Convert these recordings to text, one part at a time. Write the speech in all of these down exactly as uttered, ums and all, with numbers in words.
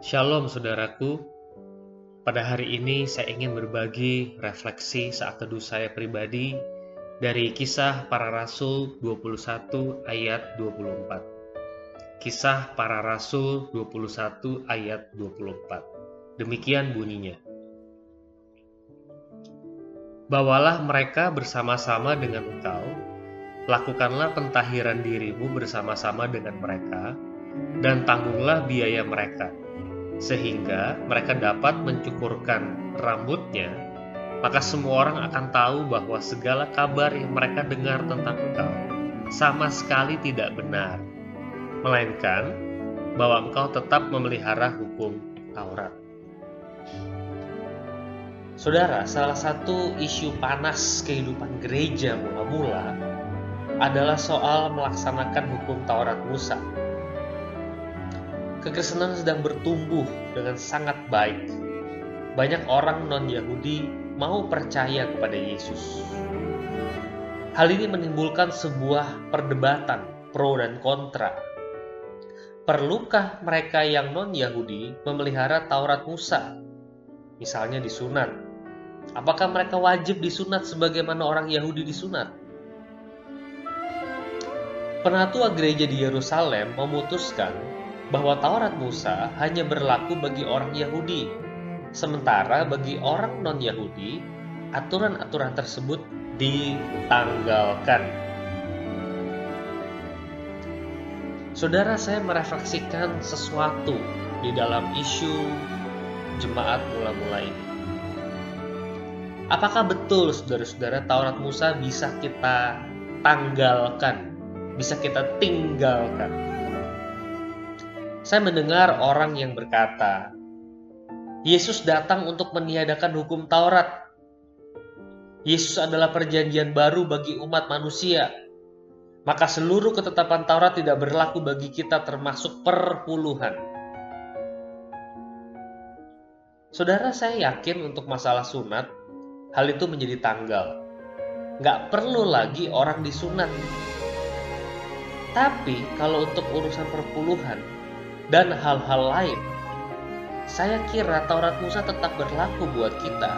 Shalom saudaraku, pada hari ini saya ingin berbagi refleksi saat teduh saya pribadi dari Kisah Para Rasul dua puluh satu ayat dua puluh empat. Kisah Para Rasul dua puluh satu ayat dua puluh empat. Demikian bunyinya. Bawalah mereka bersama-sama dengan engkau, lakukanlah pentahiran dirimu bersama-sama dengan mereka, dan tanggunglah biaya mereka, sehingga mereka dapat mencukurkan rambutnya, maka semua orang akan tahu bahwa segala kabar yang mereka dengar tentang engkau sama sekali tidak benar, melainkan bahwa engkau tetap memelihara hukum Taurat. Saudara, salah satu isu panas kehidupan gereja mula-mula adalah soal melaksanakan hukum Taurat Musa. Kekristenan sedang bertumbuh dengan sangat baik. Banyak orang non-Yahudi mau percaya kepada Yesus. Hal ini menimbulkan sebuah perdebatan pro dan kontra. Perlukah mereka yang non-Yahudi memelihara Taurat Musa? Misalnya disunat. Apakah mereka wajib disunat sebagaimana orang Yahudi disunat? Penatua gereja di Yerusalem memutuskan bahwa Taurat Musa hanya berlaku bagi orang Yahudi, sementara bagi orang non-Yahudi, aturan-aturan tersebut ditanggalkan. Saudara, saya merefleksikan sesuatu di dalam isu jemaat mula-mula ini. Apakah betul, saudara-saudara, Taurat Musa bisa kita tanggalkan, bisa kita tinggalkan? Saya mendengar orang yang berkata, Yesus datang untuk meniadakan hukum Taurat. Yesus adalah perjanjian baru bagi umat manusia. Maka seluruh ketetapan Taurat tidak berlaku bagi kita, termasuk perpuluhan. Saudara, saya yakin untuk masalah sunat, hal itu menjadi tanggal. Nggak perlu lagi orang disunat. Tapi kalau untuk urusan perpuluhan dan hal-hal lain, saya kira Taurat Musa tetap berlaku buat kita.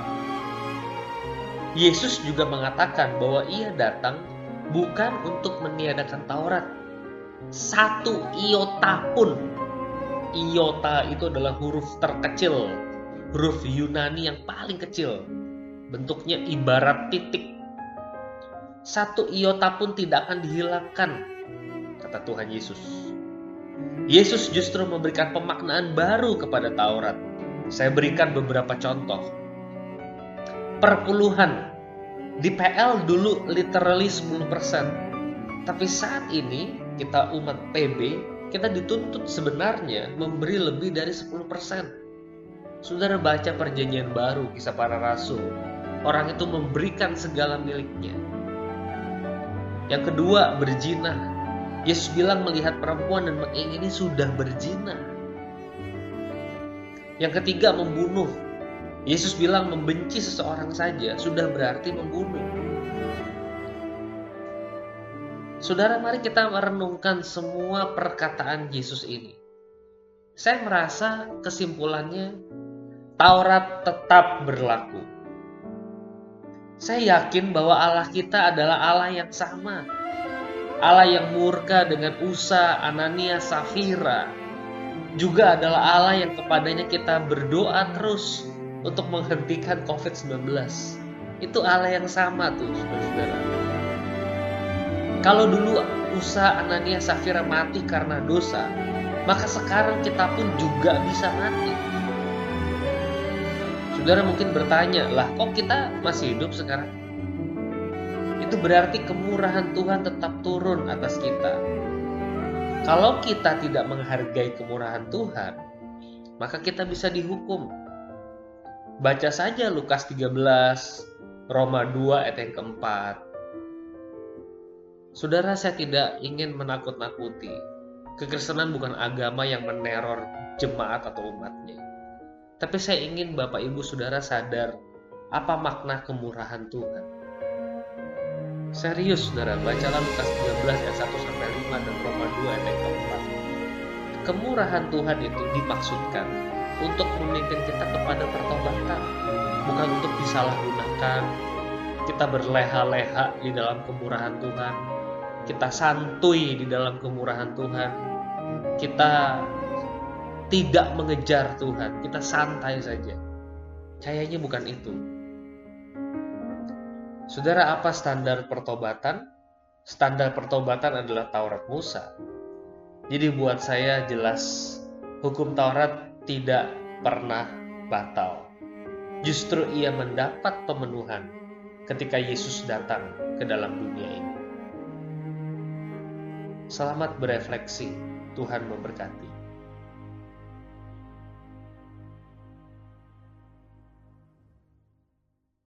Yesus juga mengatakan bahwa ia datang bukan untuk meniadakan Taurat. Satu iota pun. Iota itu adalah huruf terkecil, huruf Yunani yang paling kecil. Bentuknya ibarat titik. Satu iota pun tidak akan dihilangkan, kata Tuhan Yesus. Yesus justru memberikan pemaknaan baru kepada Taurat. Saya berikan beberapa contoh. Perpuluhan. Di P L dulu literally sepuluh persen. Tapi saat ini kita umat P B, kita dituntut sebenarnya memberi lebih dari sepuluh persen. Saudara baca perjanjian baru, Kisah Para Rasul. Orang itu memberikan segala miliknya. Yang kedua, berzina. Yesus bilang melihat perempuan dan mengingini sudah berzina. Yang ketiga, membunuh. Yesus bilang membenci seseorang saja sudah berarti membunuh. Saudara, mari kita merenungkan semua perkataan Yesus ini. Saya merasa kesimpulannya, Taurat tetap berlaku. Saya yakin bahwa Allah kita adalah Allah yang sama. Allah yang murka dengan Usa, Anania, Safira, juga adalah Allah yang kepadanya kita berdoa terus untuk menghentikan covid sembilan belas. Itu Allah yang sama tuh, saudara-saudara. Kalau dulu Usa, Anania, Safira mati karena dosa, maka sekarang kita pun juga bisa mati. Saudara mungkin bertanya, lah kok kita masih hidup sekarang? Itu berarti kemurahan Tuhan tetap turun atas kita. Kalau kita tidak menghargai kemurahan Tuhan, maka kita bisa dihukum. Baca saja Lukas tiga belas, Roma dua ayat yang keempat. Saudara, saya tidak ingin menakut-nakuti. Kekristenan bukan agama yang meneror jemaat atau umatnya. Tapi saya ingin Bapak Ibu Saudara sadar apa makna kemurahan Tuhan. Serius saudara, bacalah Lukas tiga belas ayat satu sampai lima dan Roma dua ayat yang keempat. Kemurahan Tuhan itu dimaksudkan untuk memimpin kita kepada pertobatan, bukan untuk disalahgunakan. Kita berleha-leha di dalam kemurahan Tuhan, kita santuy di dalam kemurahan Tuhan, kita tidak mengejar Tuhan, kita santai saja. Kayaknya bukan itu. Saudara, apa standar pertobatan? Standar pertobatan adalah Taurat Musa. Jadi buat saya jelas, hukum Taurat tidak pernah batal. Justru ia mendapat pemenuhan ketika Yesus datang ke dalam dunia ini. Selamat berefleksi, Tuhan memberkati.